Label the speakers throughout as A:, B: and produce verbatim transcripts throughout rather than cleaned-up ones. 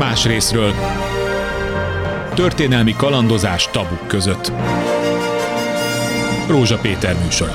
A: Más részről. Történelmi kalandozás tabuk között. Rózsa Péter műsora.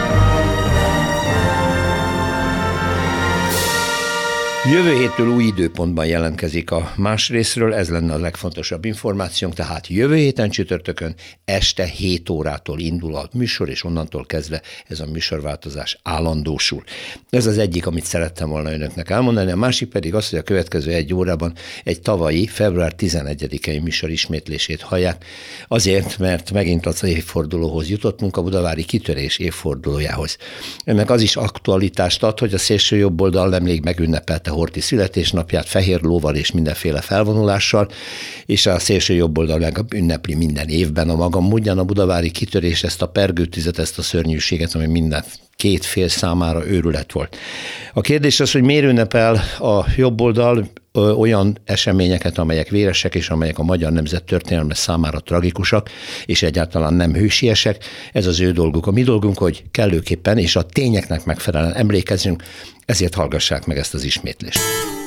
B: Jövő héttől új időpontban jelentkezik a Más részről, ez lenne a legfontosabb információnk, tehát jövő héten csütörtökön este hét órától indul a műsor, és onnantól kezdve ez a műsorváltozás állandósul. Ez az egyik, amit szerettem volna önöknek elmondani, a másik pedig az, hogy a következő egy órában egy tavalyi, február tizenegyedikei műsor ismétlését hallják, azért, mert megint az évfordulóhoz jutottunk, a budavári kitörés évfordulójához. Ennek az is aktualitást ad, hogy a szélső jobboldal nemrég megünnepelte Horthy születésnapját fehér lóval és mindenféle felvonulással, és a szélső jobboldal meg ünnepli minden évben a maga módján a budavári kitörés, ezt a pergőtüzet, ezt a szörnyűséget, ami minden két fél számára őrület volt. A kérdés az, hogy miért ünnepel a jobboldal olyan eseményeket, amelyek véresek, és amelyek a magyar nemzet történelme számára tragikusak, és egyáltalán nem hősiesek. Ez az ő dolguk. A mi dolgunk, hogy kellőképpen és a tényeknek megfelelően emlékezzünk, ezért hallgassák meg ezt az ismétlést.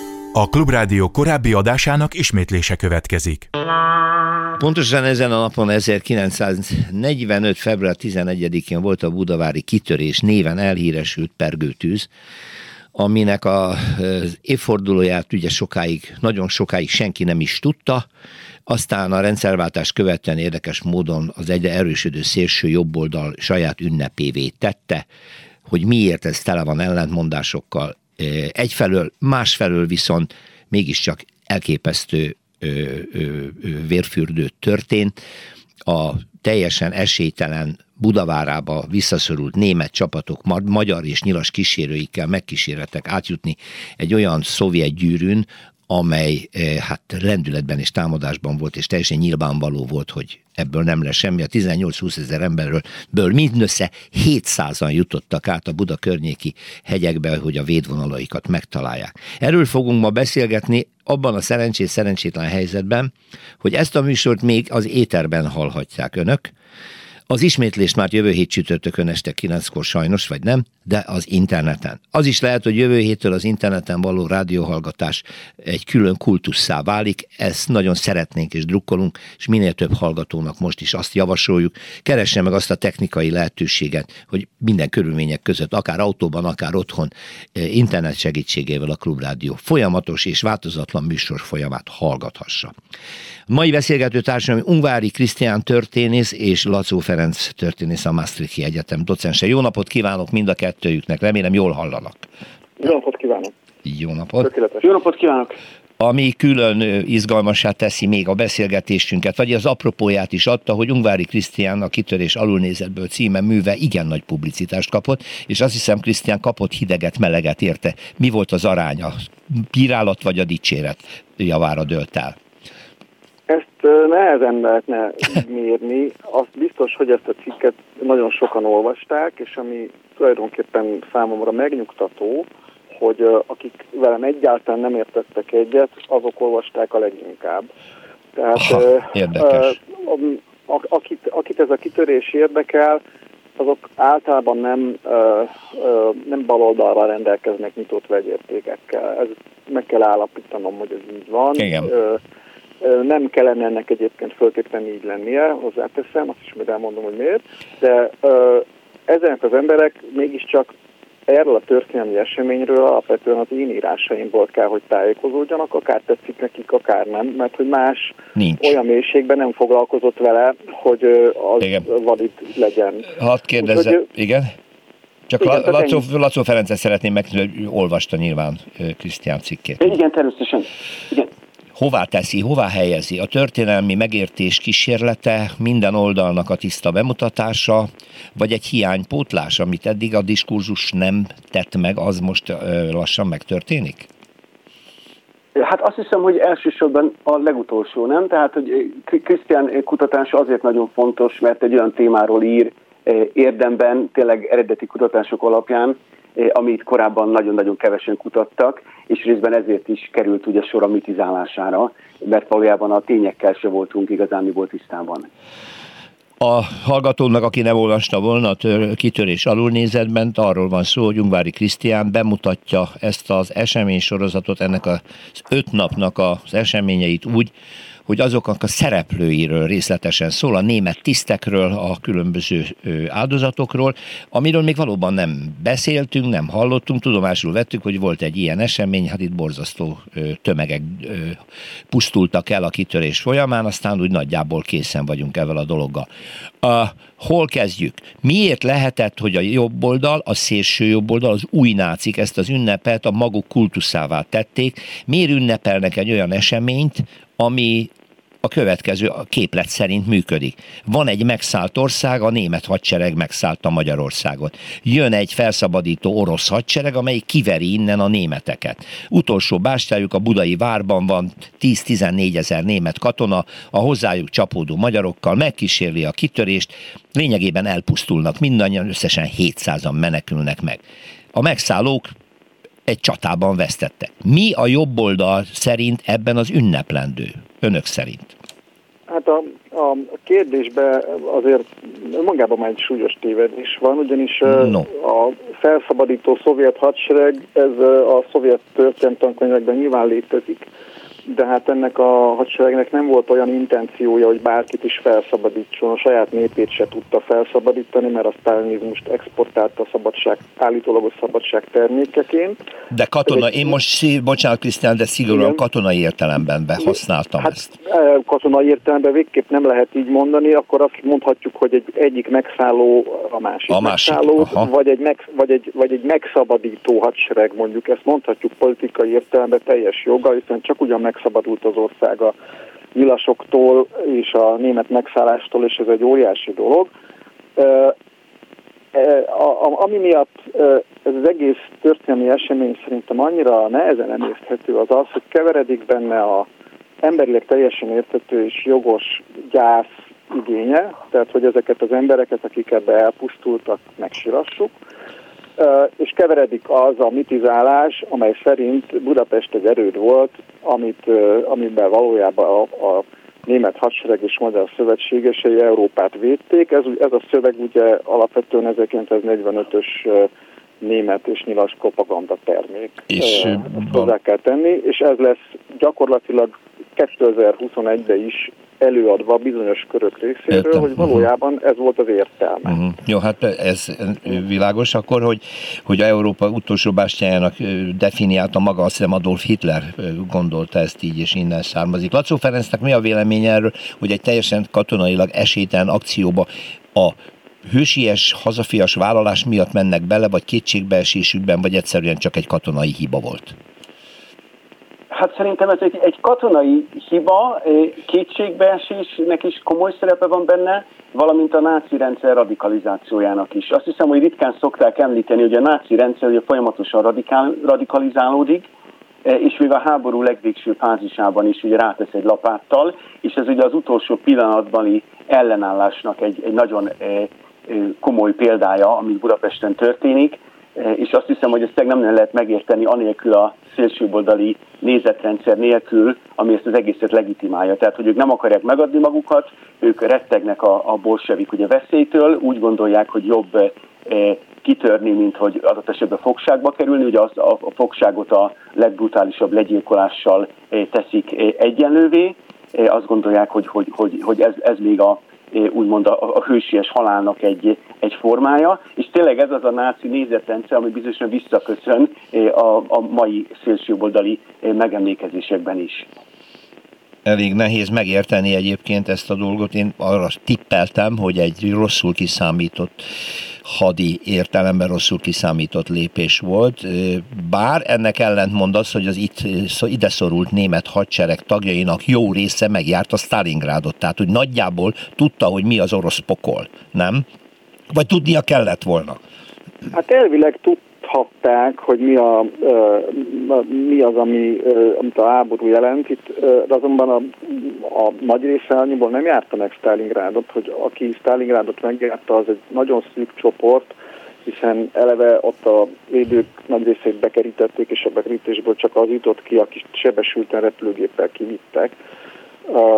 C: A Klubrádió korábbi adásának ismétlése következik.
B: Pontosan ezen a napon ezerkilencszáznegyvenöt. február tizenegyedikén volt a budavári kitörés néven elhíresült pergőtűz, aminek az évfordulóját ugye sokáig, nagyon sokáig senki nem is tudta, aztán a rendszerváltás követően érdekes módon az egyre erősödő szélső jobboldal saját ünnepévé tette, hogy miért ez tele van ellentmondásokkal. Egyfelől, másfelől viszont mégiscsak elképesztő ö, ö, ö, vérfürdő történt. A teljesen esélytelen Budavárába visszaszorult német csapatok magyar és nyilas kísérőikkel megkísérletek átjutni egy olyan szovjet gyűrűn, amely hát lendületben és támadásban volt, és teljesen nyilvánvaló volt, hogy ebből nem lesz semmi. A tizennyolc-húsz ezer emberről ből mindössze hétszázan jutottak át a Buda környéki hegyekbe, hogy a védvonalaikat megtalálják. Erről fogunk ma beszélgetni abban a szerencsés szerencsétlen helyzetben, hogy ezt a műsort még az éterben hallhatják önök. Az ismétlést már jövő hét csütörtökön este kilenckor sajnos, vagy nem, de az interneten. Az is lehet, hogy jövő héttől az interneten való rádióhallgatás egy külön kultusszá válik, ezt nagyon szeretnénk és drukkolunk, és minél több hallgatónak most is azt javasoljuk, keresse meg azt a technikai lehetőséget, hogy minden körülmények között, akár autóban, akár otthon, internet segítségével a Klubrádió folyamatos és változatlan műsor folyamát hallgathassa. A mai beszélgető társam Ungvári Krisztián történész és Lacó Ferenc történész, a Maastrichti Egyetem docense. Jó napot kívánok mind a kettőjüknek, remélem jól hallanak.
D: Jó napot kívánok.
B: Jó napot.
D: Tökéletes. Jó napot kívánok.
B: Ami külön izgalmassá teszi még a beszélgetésünket, vagy az apropóját is adta, hogy Ungvári Krisztián a Kitörés alulnézetből címe műve igen nagy publicitást kapott, és azt hiszem Krisztián kapott hideget, meleget érte. Mi volt az aránya? Bírálat vagy a dicséret javára dőlt el?
D: Ezt nehezen lehetne mérni. Az biztos, hogy ezt a cikket nagyon sokan olvasták, és ami tulajdonképpen számomra megnyugtató, hogy akik velem egyáltalán nem értettek egyet, azok olvasták a leginkább. Tehát
B: Aha, érdekes.
D: Akit, akit ez a kitörés érdekel, azok általában nem, nem baloldalra rendelkeznek nyitott vegyértékekkel. Ez meg kell állapítanom, hogy ez így van.
B: Igen.
D: Nem kellene ennek egyébként föltétlenül így lennie, hozzáteszem, azt is majd elmondom, hogy miért, de ezenek az emberek mégiscsak erről a történelmi eseményről alapvetően az én írásaimból kell, hogy tájékozódjanak, akár tetszik nekik, akár nem, mert hogy más
B: Nincs.
D: olyan mélységben nem foglalkozott vele, hogy az igen. valid legyen.
B: Hadd kérdezzem, hogy, igen? Csak igen, Lacó, Lacó Ferencet szeretném megtudni, hogy olvasta nyilván Krisztián cikkét.
D: Igen, természetesen. Igen.
B: Hová teszi, hová helyezi? A történelmi megértés kísérlete, minden oldalnak a tiszta bemutatása, vagy egy hiánypótlás, amit eddig a diskurzus nem tett meg, az most ö, lassan megtörténik?
D: Hát azt hiszem, hogy elsősorban a legutolsó, nem? Tehát, hogy Krisztián kutatása azért nagyon fontos, mert egy olyan témáról ír érdemben, tényleg eredeti kutatások alapján, amit korábban nagyon-nagyon kevesen kutattak, és részben ezért is került ugye sor a mitizálására, mert valójában a tényekkel se voltunk igazán mi volt tisztában.
B: A hallgatónak, aki nem olvasta volna a tör, kitörés alulnézetben, arról van szó, hogy Ungvári Krisztián bemutatja ezt az eseménysorozatot, ennek az öt napnak az eseményeit úgy, hogy azoknak a szereplőiről részletesen szól, a német tisztekről, a különböző áldozatokról, amiről még valóban nem beszéltünk, nem hallottunk, tudomásul vettük, hogy volt egy ilyen esemény, hát itt borzasztó tömegek pusztultak el a kitörés folyamán, aztán úgy nagyjából készen vagyunk ezzel a dologgal. Uh, hol kezdjük? Miért lehetett, hogy a jobboldal, a szélső jobboldal, az új nácik ezt az ünnepet a maguk kultuszává tették? Miért ünnepelnek egy olyan eseményt, ami a következő a képlet szerint működik? Van egy megszállt ország, a német hadsereg megszállta Magyarországot. Jön egy felszabadító orosz hadsereg, amely kiveri innen a németeket. Utolsó bástyájuk a budai várban van, tíz-tizennégy ezer német katona, a hozzájuk csapódó magyarokkal megkísérli a kitörést, lényegében elpusztulnak mindannyian, összesen hétszázan menekülnek meg. A megszállók egy csatában vesztettek. Mi a jobb oldal szerint ebben az ünneplendő? Önök szerint?
E: Hát a, a kérdésben azért magában már egy súlyos tévedés van, ugyanis no. a felszabadító szovjet hadsereg, ez a szovjet történelemtankönyvekben nyilván létezik, de hát ennek a hadseregnek nem volt olyan intenciója, hogy bárkit is felszabadítson, a saját népét se tudta felszabadítani, mert a sztálinizmust exportálta a szabadság, állítólagos szabadság termékeként.
B: De katona, egy, én most, bocsánat Krisztián, de szigorúan igen, katonai értelemben használtam
E: hát,
B: ezt.
E: Katonai értelemben végképp nem lehet így mondani, akkor azt mondhatjuk, hogy egy egyik megszálló a másik, a másik megszálló, vagy egy, meg, vagy, egy, vagy egy megszabadító hadsereg, mondjuk ezt mondhatjuk politikai értelemben teljes joga, hiszen csak ugyan megszabadult az ország a nyilasoktól és a német megszállástól, és ez egy óriási dolog. Ami miatt ez az egész történelmi esemény szerintem annyira nehezen emészthető, az az, hogy keveredik benne a emberileg teljesen érthető és jogos gyász igénye, tehát hogy ezeket az embereket, akik ebbe elpusztultak, megsirassuk, és keveredik az a mitizálás, amely szerint Budapest egy erőd volt, amit, amiben valójában a, a német hadsereg és magyar szövetségesei Európát védték. Ez, ez a szöveg ugye alapvetően ezerkilencszáznegyvenötös német és nyilas propaganda termék. És ezt hozzá kell tenni, és ez lesz gyakorlatilag kétezer-huszonegyben is előadva bizonyos körök részéről, értem, hogy valójában uh-huh. ez volt az értelme. Uh-huh.
B: Jó, hát ez világos akkor, hogy, hogy Európa utolsó bástyájának definiálta maga, azt hiszem Adolf Hitler gondolta ezt így, és innen származik. Lacó Ferencnek mi a véleménye erről, hogy egy teljesen katonailag esélytelen akcióba a hősies, hazafias vállalás miatt mennek bele, vagy kétségbeesésükben, vagy egyszerűen csak egy katonai hiba volt?
D: Hát szerintem ez egy, egy katonai hiba, kétségbeesésnek is komoly szerepe van benne, valamint a náci rendszer radikalizációjának is. Azt hiszem, hogy ritkán szokták említeni, hogy a náci rendszer ugye folyamatosan radikál, radikalizálódik, és még a háború legvégső fázisában is ugye rátesz egy lapáttal, és ez ugye az utolsó pillanatbani ellenállásnak egy, egy nagyon komoly példája, ami Budapesten történik, és azt hiszem, hogy ezt nem lehet megérteni anélkül a szélsőjobboldali nézetrendszer nélkül, ami ezt az egészet legitimálja. Tehát, hogy ők nem akarják megadni magukat, ők rettegnek a, a bolsevik ugye veszélytől, úgy gondolják, hogy jobb e, kitörni, mint hogy adott esetben fogságba kerülni. Ugye az, a, a fogságot a legbrutálisabb legyilkolással e, teszik e, egyenlővé. E, azt gondolják, hogy, hogy, hogy, hogy ez, ez még a úgymond a, a hősies halálnak egy, egy formája, és tényleg ez az a náci nézetrendszer, ami bizonyosan visszaköszön a, a mai szélsőjobboldali megemlékezésekben is.
B: Elég nehéz megérteni egyébként ezt a dolgot. Én arra tippeltem, hogy egy rosszul kiszámított, hadi értelemben rosszul kiszámított lépés volt, bár ennek ellentmond az, hogy az itt ide szorult német hadsereg tagjainak jó része megjárta Sztálingrádot, tehát hogy nagyjából tudta, hogy mi az orosz pokol, nem? Vagy tudnia kellett volna?
E: Hát elvileg tudhatták, hogy mi, a, mi az, ami, amit a háború jelent. Itt azonban a, a nagy része annyiból nem járta meg Sztálingrádot, hogy aki Sztálingrádot megjárta, az egy nagyon szűk csoport, hiszen eleve ott a védők nagy részét bekerítették, és a bekerítésből csak az jutott ki, akit sebesülten repülőgéppel kivittek.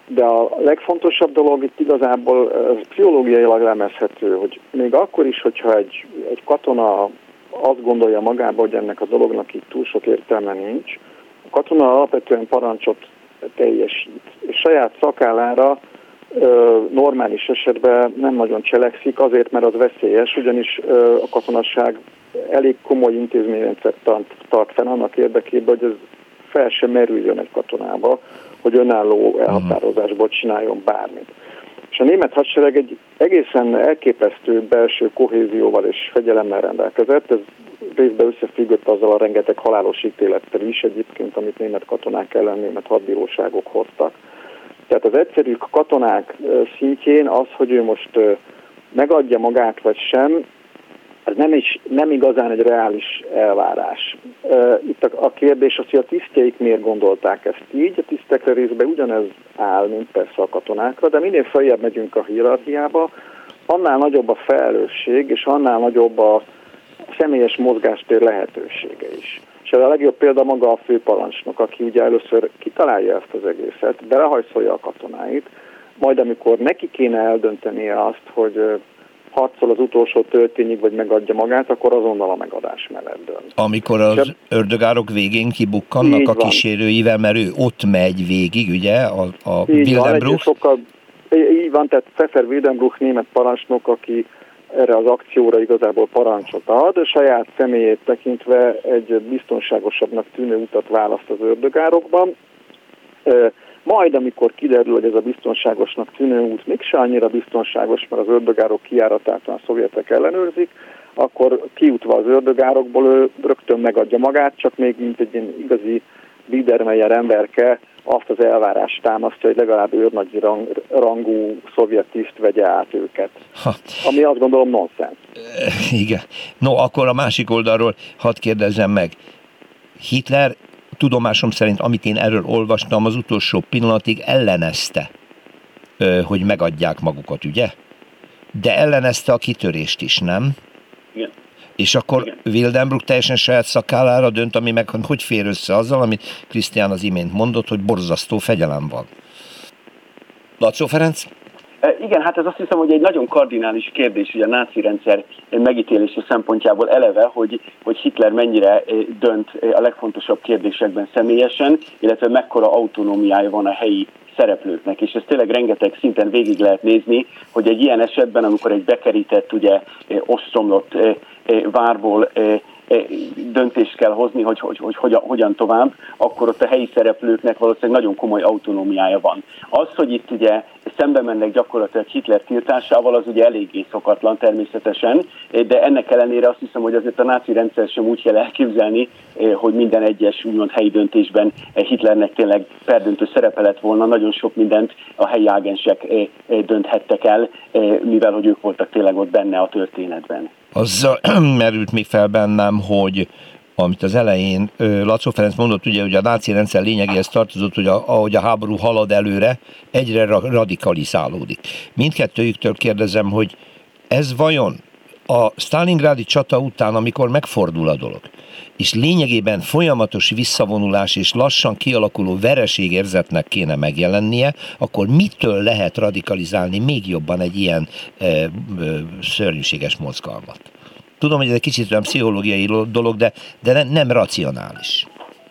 E: De a legfontosabb dolog itt igazából ez pszichológiailag lemezhető, hogy még akkor is, hogyha egy, egy katona azt gondolja magába, hogy ennek a dolognak itt túl sok értelme nincs, a katona alapvetően parancsot teljesít, és saját szakállára normális esetben nem nagyon cselekszik, azért, mert az veszélyes, ugyanis a katonasság elég komoly intézményrendszert tart fenn annak érdekében, hogy ez fel sem merüljön egy katonába, hogy önálló elhatározásból csináljon bármit. És a német hadsereg egy egészen elképesztő belső kohézióval és fegyelemmel rendelkezett, ez részben összefüggött azzal a rengeteg halálos ítélettel is egyébként, amit német katonák ellen német hadbíróságok hoztak. Tehát az egyszerű katonák szintjén az, hogy ő most megadja magát vagy sem, ez nem, is, nem igazán egy reális elvárás. Itt a kérdés az, hogy a tisztjeik miért gondolták ezt így, a tisztekre részben ugyanez áll, mint persze a katonákra, de minél feljebb megyünk a hierarchiába, annál nagyobb a felelősség, és annál nagyobb a személyes mozgástér lehetősége is. És ez a legjobb példa maga a főparancsnok, aki ugye először kitalálja ezt az egészet, belehajszolja a katonáit, majd amikor neki kéne eldöntenie azt, hogy harcol az utolsó töltényig, vagy megadja magát, akkor azonnal a megadás mellett dönt.
B: Amikor az ördögárok végén kibukkannak a kísérőivel, mert ő ott megy végig, ugye, a, a Wildenbruch?
E: Sokkal, így van, tehát Pfeffer Wildenbruch német parancsnok, aki erre az akcióra igazából parancsot ad, a saját személyét tekintve egy biztonságosabbnak tűnő utat választ az ördögárokban. Majd, amikor kiderül, hogy ez a biztonságosnak tűnő út mégse annyira biztonságos, mert az ördögárok kijáratát a szovjetek ellenőrzik, akkor kijutva az ördögárokból ő rögtön megadja magát, csak még mint egy ilyen igazi Biedermeier emberke azt az elvárást támasztja, hogy legalább őrnagyi rang, rangú szovjet tiszt vegye át őket. Ha. Ami azt gondolom nonsens.
B: Igen. No, akkor a másik oldalról hadd kérdezzem meg. Hitler, tudomásom szerint, amit én erről olvastam, az utolsó pillanatig ellenezte, hogy megadják magukat, ugye? De ellenezte a kitörést is, nem?
F: Igen.
B: És akkor Igen. Wildenbruch teljesen saját szakállára dönt, ami meg hogy fér össze azzal, amit Krisztián az imént mondott, hogy borzasztó fegyelem van. Látszó Ferenc?
F: Igen, hát ez azt hiszem, hogy egy nagyon kardinális kérdés ugye a náci rendszer megítélése szempontjából eleve, hogy, hogy Hitler mennyire dönt a legfontosabb kérdésekben személyesen, illetve mekkora autonómiája van a helyi szereplőknek, és ezt tényleg rengeteg szinten végig lehet nézni, hogy egy ilyen esetben, amikor egy bekerített, ugye, ostromlott várból döntést kell hozni, hogy, hogy, hogy hogyan, hogyan tovább, akkor ott a helyi szereplőknek valószínűleg nagyon komoly autonómiája van. Az, hogy itt ugye szembe mennek gyakorlatilag Hitler tiltásával, az ugye eléggé szokatlan természetesen, de ennek ellenére azt hiszem, hogy azért a náci rendszer sem úgy kell elképzelni, hogy minden egyes úgymond helyi döntésben Hitlernek tényleg perdöntő szerepe lett volna, nagyon sok mindent a helyi ágensek dönthettek el, mivel hogy ők voltak tényleg ott benne a történetben.
B: Azzal merült még fel bennem, hogy amit az elején Látszó Ferenc mondott, ugye, hogy a náci rendszer lényegéhez tartozott, hogy a, ahogy a háború halad előre, egyre radikalizálódik. Mindkettőjüktől kérdezem, hogy ez vajon a sztálingrádi csata után, amikor megfordul a dolog, és lényegében folyamatos visszavonulás és lassan kialakuló vereségérzetnek kéne megjelennie, akkor mitől lehet radikalizálni még jobban egy ilyen e, e, szörnyűséges mozgalmat? Tudom, hogy ez egy kicsit olyan pszichológiai dolog, de, de nem, nem racionális.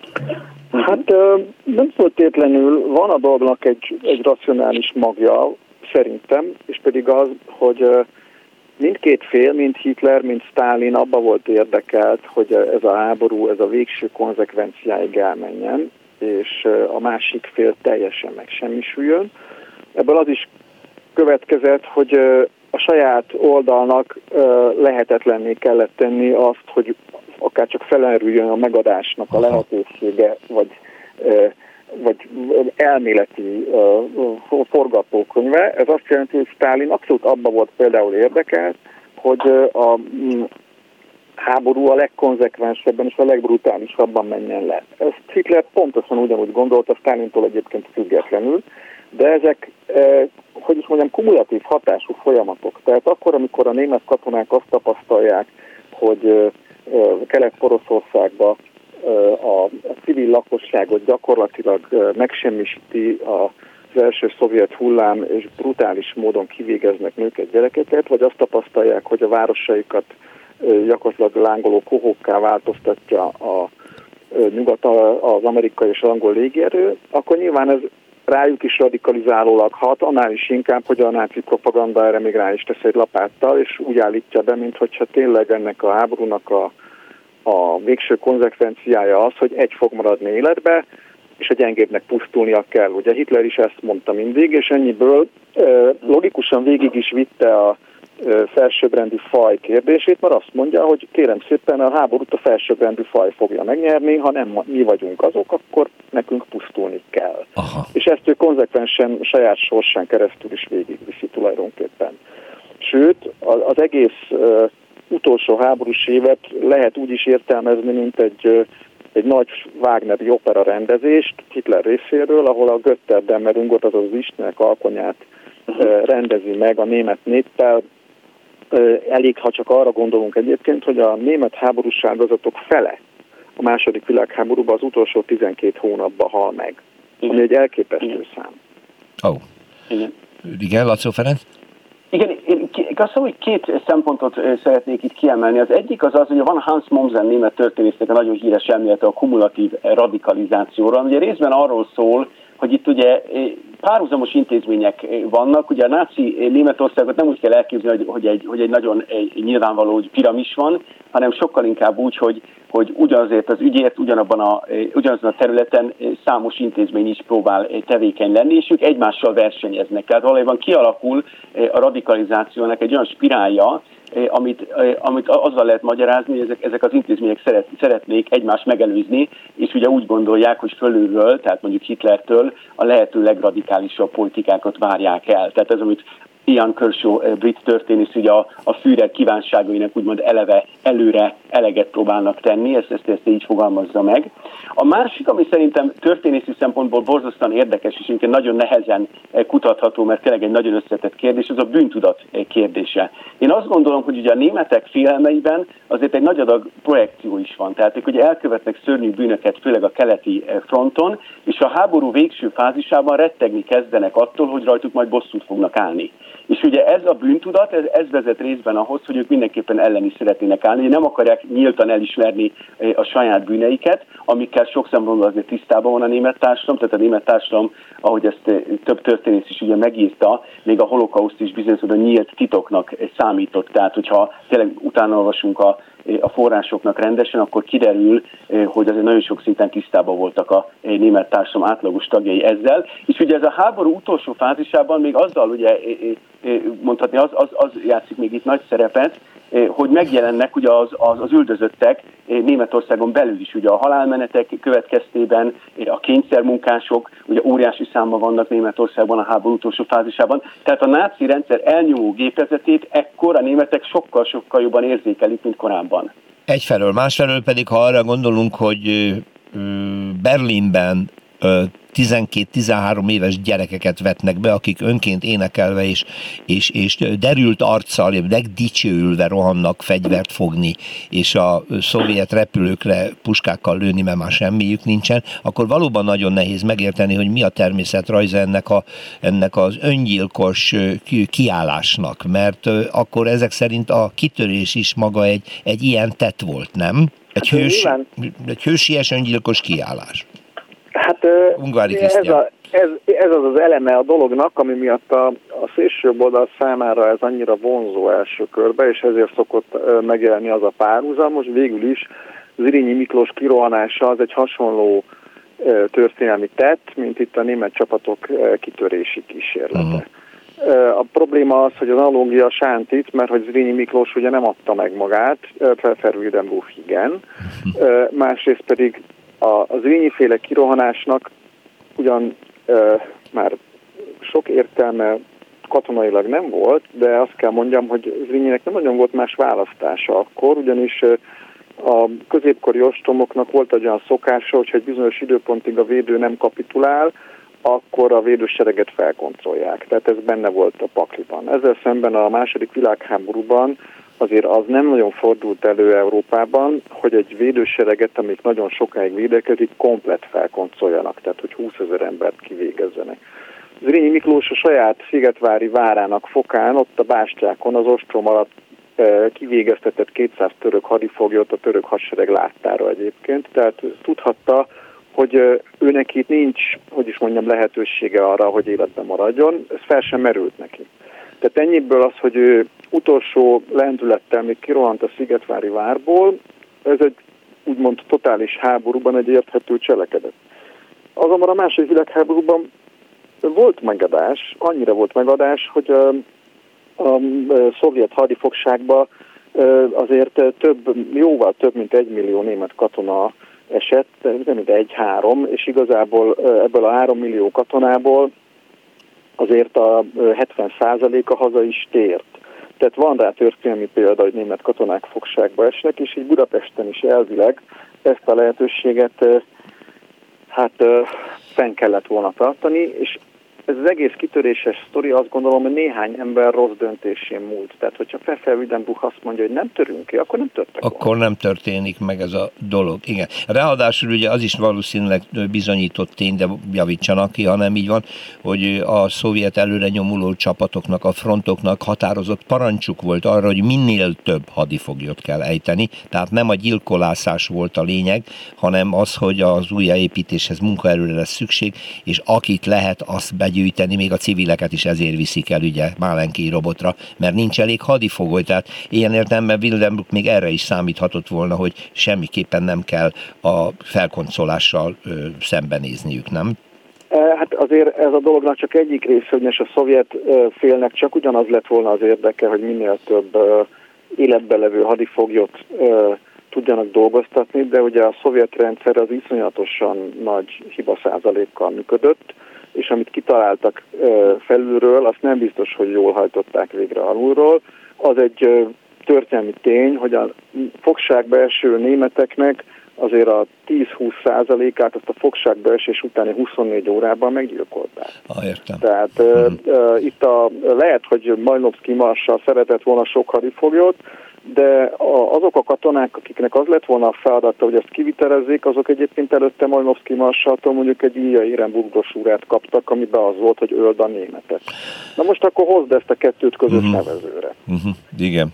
E: Hát nem feltétlenül van a dolognak egy, egy racionális magja, szerintem, és pedig az, hogy mindkét fél, mind Hitler, mind Sztálin abba volt érdekelt, hogy ez a háború, ez a végső konzekvenciáig elmenjen, és a másik fél teljesen megsemmisüljön. Ebből az is következett, hogy a saját oldalnak lehetetlenné kellett tenni azt, hogy akár csak felerüljön a megadásnak a lehetősége, vagy, vagy elméleti forgatókönyve. Ez azt jelenti, hogy Sztálin abszolút abba volt például érdekelt, hogy a háború a legkonzekvensebben és a legbrutálisabban menjen le. Ezt Hitler pontosan ugyanúgy gondolta, Sztálintól egyébként függetlenül, de ezek, hogy is mondjam, kumulatív hatású folyamatok. Tehát akkor, amikor a német katonák azt tapasztalják, hogy Kelet-Poroszországban a civil lakosságot gyakorlatilag megsemmisíti a az első szovjet hullám, és brutális módon kivégeznek nőket, gyerekeket, vagy azt tapasztalják, hogy a városaikat gyakorlatilag lángoló kohókká változtatja a nyugat, az amerikai és az angol légierő, akkor nyilván ez rájuk is radikalizálólag hat, annál is inkább, hogy a náci propaganda erre még rá is tesz egy lapáttal, és úgy állítja be, minthogyha tényleg ennek a háborúnak a, a végső konzekvenciája az, hogy egy fog maradni életbe, és a gyengébbnek pusztulnia kell. Ugye Hitler is ezt mondta mindig, és ennyiből logikusan végig is vitte a felsőbbrendű faj kérdését, mert azt mondja, hogy kérem szépen a háborút a felsőbbrendű faj fogja megnyerni, ha nem mi vagyunk azok, akkor nekünk pusztulni kell. Aha. És ezt ő konzekvensen saját sorsán keresztül is végigviszi tulajdonképpen. Sőt, az egész uh, utolsó háborús évet lehet úgy is értelmezni, mint egy, uh, egy nagy Wagneri opera rendezést Hitler részéről, ahol a Götterdämmerungot, azaz az Istenek alkonyát uh, rendezi meg a német néppel. Elég, ha csak arra gondolunk egyébként, hogy a német háborús áldozatok fele a második világháborúban az utolsó tizenkét hónapban hal meg. Igen. Ami egy elképesztő Igen. szám.
B: Ó. Oh. Igen. Igen, Laczó Ferenc?
F: Igen, én azt mondom, hogy két szempontot szeretnék itt kiemelni. Az egyik az az, hogy van Hans Mommsen német történésznek a nagyon híres elmélete a kumulatív radikalizációra, ami részben arról szól, hogy itt ugye párhuzamos intézmények vannak, ugye a náci Németországot nem úgy kell elképzelni, hogy egy, hogy egy nagyon egy nyilvánvaló hogy piramis van, hanem sokkal inkább úgy, hogy, hogy ugyanazért az ügyért, ugyanabban a, ugyanazon a területen számos intézmény is próbál tevékeny lenni, és ők egymással versenyeznek. Tehát valójában kialakul a radikalizációnak egy olyan spirálja, amit, amit azzal lehet magyarázni, hogy ezek, ezek az intézmények szeret, szeretnék egymást megelőzni, és ugye úgy gondolják, hogy fölülről, tehát mondjuk Hitlertől a lehető legradikálisabb politikákat várják el. Tehát ez, amit Ian Kershaw brit történész, ugye a, a Führer kívánságainak úgymond eleve előre eleget próbálnak tenni, ezt, ezt, ezt így fogalmazza meg. A másik, ami szerintem történészi szempontból borzasztóan érdekes, és inkább nagyon nehezen kutatható, mert tényleg egy nagyon összetett kérdés, az a bűntudat kérdése. Én azt gondolom, hogy ugye a németek félelmeiben azért egy nagy adag projekció is van. Tehát ők ugye elkövetnek szörnyű bűnöket, főleg a keleti fronton, és a háború végső fázisában rettegni kezdenek attól, hogy rajtuk majd bosszút fognak állni. És ugye ez a bűntudat, ez, ez vezet részben ahhoz, hogy ők mindenképpen ellen is szeretnének állni, nem akarják nyíltan elismerni a saját bűneiket, amikkel sok szempontból azért tisztában van a német társadalom, tehát a német társadalom, ahogy ezt több történész is ugye megírta, még a holokauszt is bizonyos a nyílt titoknak számított, tehát hogyha tényleg utána olvasunk a a forrásoknak rendesen, akkor kiderül, hogy azért nagyon sok szinten tisztában voltak a német társadalom átlagos tagjai ezzel. És ugye ez a háború utolsó fázisában még azzal, ugye mondhatni, az, az, az játszik még itt nagy szerepet, hogy megjelennek ugye az, az, az üldözöttek Németországon belül is. Ugye a halálmenetek következtében a kényszermunkások ugye óriási számban vannak Németországban a háború utolsó fázisában. Tehát a náci rendszer elnyomó gépezetét ekkor a németek sokkal-sokkal jobban érzékelik, mint korábban.
B: Egyfelől, másfelől pedig, ha arra gondolunk, hogy Berlinben tizenkét-tizenhárom éves gyerekeket vetnek be, akik önként énekelve és, és, és derült arccal, megdicsőülve rohannak fegyvert fogni, és a szovjet repülőkre puskákkal lőni, mert már semmiük nincsen, akkor valóban nagyon nehéz megérteni, hogy mi a természetrajza ennek, a, ennek az öngyilkos kiállásnak, mert akkor ezek szerint a kitörés is maga egy, egy ilyen tett volt, nem? Egy, hős, egy hősies öngyilkos kiállás.
E: Hát ez, a, ez, ez az az eleme a dolognak, ami miatt a, a szélsőbb oldal számára ez annyira vonzó első körbe, és ezért szokott megjelenni az a párhuzam. Most végül is Zrínyi Miklós kirohanása az egy hasonló történelmi tett, mint itt a német csapatok kitörési kísérlete. Uh-huh. A probléma az, hogy az analógia sántít, mert hogy Zrínyi Miklós ugye nem adta meg magát, Pfeffer-Wildenbruch igen, másrészt pedig az Zrínyi-féle kirohanásnak ugyan e, már sok értelme katonailag nem volt, de azt kell mondjam, hogy Zrínyinek nem nagyon volt más választása akkor, ugyanis a középkori ostromoknak volt egy olyan szokása, hogyha egy bizonyos időpontig a védő nem kapitulál, akkor a védősereget felkontrollják. Tehát ez benne volt a pakliban. Ezzel szemben a második világháborúban azért az nem nagyon fordult elő Európában, hogy egy védősereget, amik nagyon sokáig védekezik, komplet felkoncoljanak, tehát hogy húszezer embert kivégezzenek. Zrínyi Miklós a saját Szigetvári várának fokán, ott a bástyákon az ostrom alatt kivégeztetett kétszáz török hadifoglyot a török hadsereg láttára egyébként, tehát tudhatta, hogy ő neki nincs, hogy is mondjam, lehetősége arra, hogy életben maradjon, ez fel sem merült neki. Tehát ennyiből az, hogy ő utolsó lendülettel még kirohant a Szigetvári várból, ez egy úgymond totális háborúban egy érthető cselekedet. Azonban a második világháborúban volt megadás, annyira volt megadás, hogy a, a, a szovjet hadifogságban azért több, jóval több mint egy millió német katona esett, nem mint egy-három, és igazából ebből a három millió katonából azért a hetven százaléka haza is tért. Tehát van rá történelmi példa, hogy német katonák fogságba esnek, és így Budapesten is elvileg ezt a lehetőséget hát fenn kellett volna tartani, és ez az egész kitöréses sztori, azt gondolom, hogy néhány ember rossz döntésén múlt. Tehát, hogyha Pfeffer Wiedenbuch azt mondja, hogy nem törünk ki, akkor nem törtek
B: Akkor
E: volna.
B: nem történik meg ez a dolog. Igen. Ráadásul ugye az is valószínűleg bizonyított tény, de javítsanak ki, ha nem így van, hogy a szovjet előre nyomuló csapatoknak, a frontoknak határozott parancsuk volt arra, hogy minél több hadifoglyot kell ejteni. Tehát nem a gyilkolászás volt a lényeg, hanem az, hogy az újjáépítéshez munkaerőre lesz szükség, és akit lehet, azt begyűjteni, még a civileket is ezért viszik el ugye Málenki robotra, mert nincs elég hadifogoly, tehát ilyen értelemben Wildenbruch még erre is számíthatott volna, hogy semmiképpen nem kell a felkoncolással ö, szembenézniük, nem?
E: Hát azért ez a dolognak csak egyik része, hogy a szovjet félnek csak ugyanaz lett volna az érdeke, hogy minél több életben levő hadifoglyot tudjanak dolgoztatni, de ugye a szovjet rendszer az iszonyatosan nagy hiba százalékkal működött, és amit kitaláltak felülről, azt nem biztos, hogy jól hajtották végre alulról. Az egy történelmi tény, hogy a fogságba eső németeknek azért a tíz-húsz százalékát azt a fogságba esés utáni huszonnégy órában meggyilkolták.
B: Ah, értem.
E: Tehát uh-huh. uh, itt a, lehet, hogy Majnovszky marssal szeretett volna sok hadifoglyot, de azok a katonák, akiknek az lett volna a feladata, hogy ezt kivitelezzék, azok egyébként előtte Majnovszky marsaltól mondjuk egy Ilja Ehrenburg brosúrát kaptak, amiben az volt, hogy öld a németet. Na most akkor hozd ezt a kettőt közös uh-huh. nevezőre. Uh-huh.
B: Igen.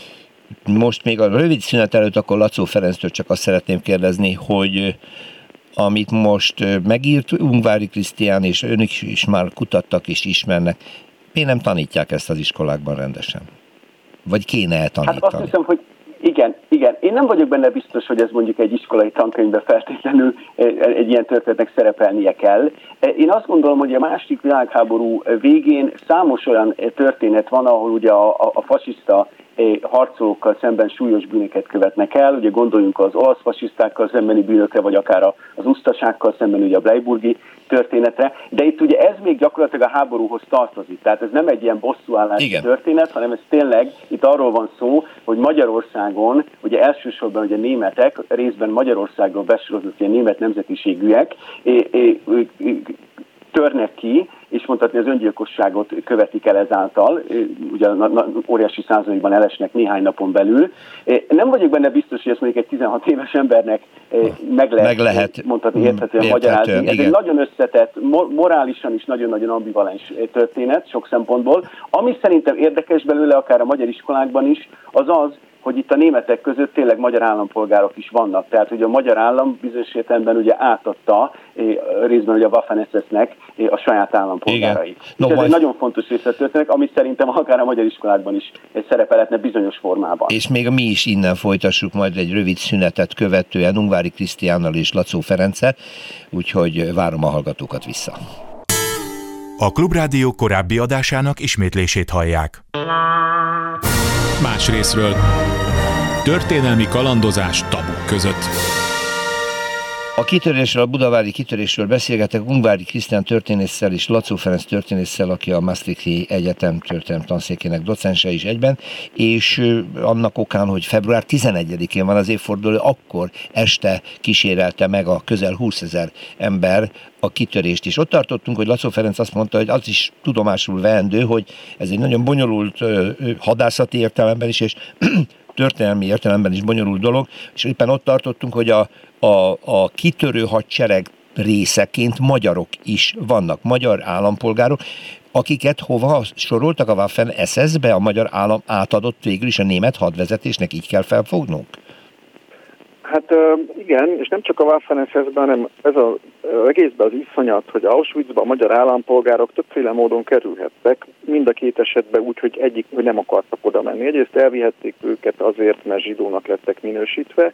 B: Most még a rövid szünet előtt akkor Lacó Ferenctől csak azt szeretném kérdezni, hogy amit most megírt Ungvári Krisztián, és önök is már kutattak és ismernek, miért nem tanítják ezt az iskolákban rendesen? Vagy kéne eltanítani?
F: Hát azt hiszem, hogy igen, igen. Én nem vagyok benne biztos, hogy ez mondjuk egy iskolai tankönyvben feltétlenül egy ilyen történetnek szerepelnie kell. Én azt gondolom, hogy a második világháború végén számos olyan történet van, ahol ugye a, a, a fasiszta harcolókkal szemben súlyos bűnöket követnek el. Ugye gondoljunk az olasz fasisztákkal szembeni bűnökre, vagy akár az usztasákkal szemben ugye a bleiburgi történetre, de itt ugye ez még gyakorlatilag a háborúhoz tartozik. Tehát ez nem egy ilyen bosszúállási Igen. történet, hanem ez tényleg itt arról van szó, hogy Magyarországon, ugye elsősorban ugye németek, részben Magyarországról besorozott ilyen német nemzetiségűek, é, é, é, törnek ki, és mondhatni az öngyilkosságot követik el ezáltal, ugye óriási százalékban elesnek néhány napon belül. Nem vagyok benne biztos, hogy ezt mondjuk egy tizenhat éves embernek meg lehet, meg lehet mondhatni érthetően magyarázni. Ez igen. egy nagyon összetett, morálisan is nagyon-nagyon ambivalens történet sok szempontból. Ami szerintem érdekes belőle, akár a magyar iskolákban is, az az, hogy itt a németek között tényleg magyar állampolgárok is vannak. Tehát ugye a magyar állam bizonyos értelemben ugye átadta részben ugye a Waffen-es es-nek a saját állampolgárait. No, ez majd... egy nagyon fontos része történnek, ami szerintem akár a magyar iskolákban is szerepelhetne bizonyos formában.
B: És még mi is innen folytassuk majd egy rövid szünetet követően Ungvári Krisztiánnal és Lacó Ferenccel, úgyhogy várom a hallgatókat vissza.
C: A Klubrádió korábbi adásának ismétlését hallják.
A: Más részről történelmi kalandozás tabuk között.
B: A kitörésről, a budavári kitörésről beszélgetek Ungvári Krisztián történésszel és Lacó Ferenc történésszel, aki a Maastrichti Egyetem történelem tanszékének docense is egyben, és annak okán, hogy február tizenegyedikén van az évforduló, akkor este kísérelte meg a közel húszezer ember a kitörést is. Ott tartottunk, hogy Lacó Ferenc azt mondta, hogy az is tudomásul veendő, hogy ez egy nagyon bonyolult hadászati értelemben is, és történelmi értelemben is bonyolult dolog, és éppen ott tartottunk, hogy a, a, a kitörő hadsereg részeként magyarok is vannak, magyar állampolgárok, akiket hova soroltak a Waffen es es-be, a magyar állam átadott végül is a német hadvezetésnek, így kell felfognunk?
E: Hát igen, és nem csak a Waffen es es-ben, hanem ez az egészben az iszonyat, hogy Auschwitzba a magyar állampolgárok többféle módon kerülhettek, mind a két esetben úgy, hogy egyik, hogy nem akartak oda menni. Egyrészt elvihették őket azért, mert zsidónak lettek minősítve,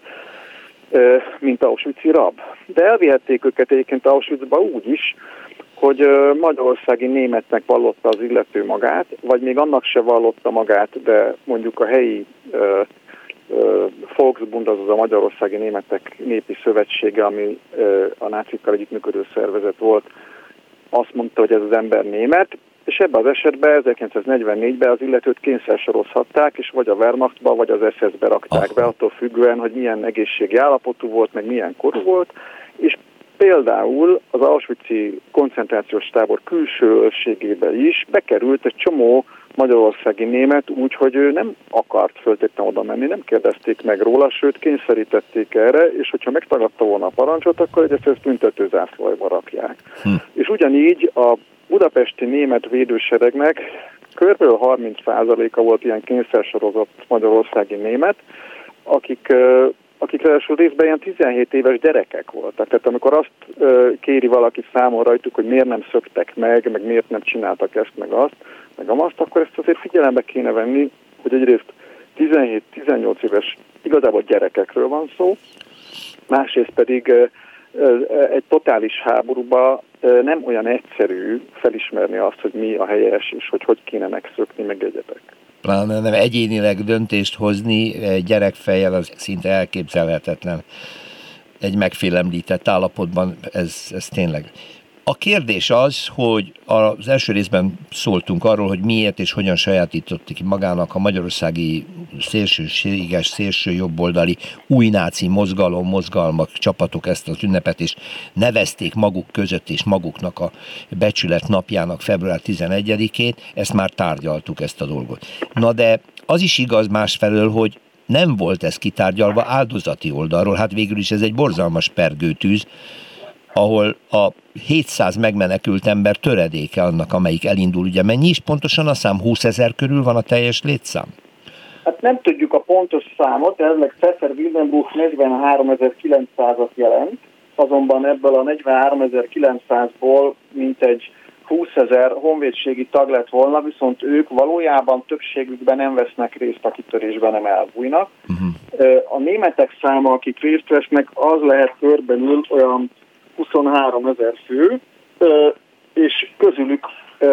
E: mint auschwitzi rab. De elvihették őket egyébként Auschwitzba úgy is, hogy magyarországi németnek vallotta az illető magát, vagy még annak se vallotta magát, de mondjuk a helyi Volksbund, azaz a Magyarországi Németek Népi Szövetsége, ami a nácikkal együttműködő szervezet volt, azt mondta, hogy ez az ember német, és ebben az esetben ezerkilencszáznegyvennégyben az illetőt kényszersorozhatták, és vagy a Wehrmachtba, vagy az es es-be rakták be, attól függően, hogy milyen egészségi állapotú volt, meg milyen korú volt, és például az auschwitzi koncentrációs tábor külső őrségébe is bekerült egy csomó magyarországi német, úgyhogy ő nem akart föltétlenül oda menni, nem kérdezték meg róla, sőt kényszerítették erre, és hogyha megtagadta volna a parancsot, akkor egy ezt büntetőzászlajba rakják. Hm. És ugyanígy a budapesti német védőseregnek kb. harminc százaléka volt ilyen kényszersorozott magyarországi német, akik, akik ráadásul részben ilyen tizenhét éves gyerekek voltak. Tehát amikor azt kéri valaki számon rajtuk, hogy miért nem szöktek meg, meg miért nem csináltak ezt, meg azt, meg azt, akkor ezt azért figyelembe kéne venni, hogy egyrészt tizenhét-tizennyolc éves igazából gyerekekről van szó, másrészt pedig egy totális háborúba nem olyan egyszerű felismerni azt, hogy mi a helyes, és hogy hogy kéne megszökni, meg egyebek.
B: Pláne nem egyénileg döntést hozni gyerekfejjel, az szinte elképzelhetetlen. Egy megfélemlített állapotban ez, ez tényleg. A kérdés az, hogy az első részben szóltunk arról, hogy miért és hogyan sajátította ki magának a magyarországi szélsőséges, szélső jobboldali új náci mozgalom, mozgalmak, csapatok ezt az ünnepet, és nevezték maguk között és maguknak a becsület napjának február tizenegyedikét, ezt már tárgyaltuk, ezt a dolgot. Na de az is igaz másfelől, hogy nem volt ez kitárgyalva áldozati oldalról, hát végül is ez egy borzalmas pergőtűz, ahol a hétszáz megmenekült ember töredéke annak, amelyik elindul. Ugye mennyi is pontosan a szám? húszezer körül van a teljes létszám?
E: Hát nem tudjuk a pontos számot, ez meg Pfeffer-Wildenbruch negyvenháromezer-kilencszázat jelent, azonban ebből a negyvenháromezer-kilencszázból mintegy húszezer honvédségi tag lett volna, viszont ők valójában többségükben nem vesznek részt a kitörésben, nem elbújnak. Uh-huh. A németek száma, akik részt vesznek, az lehet körbenül olyan huszonháromezer fő, és közülük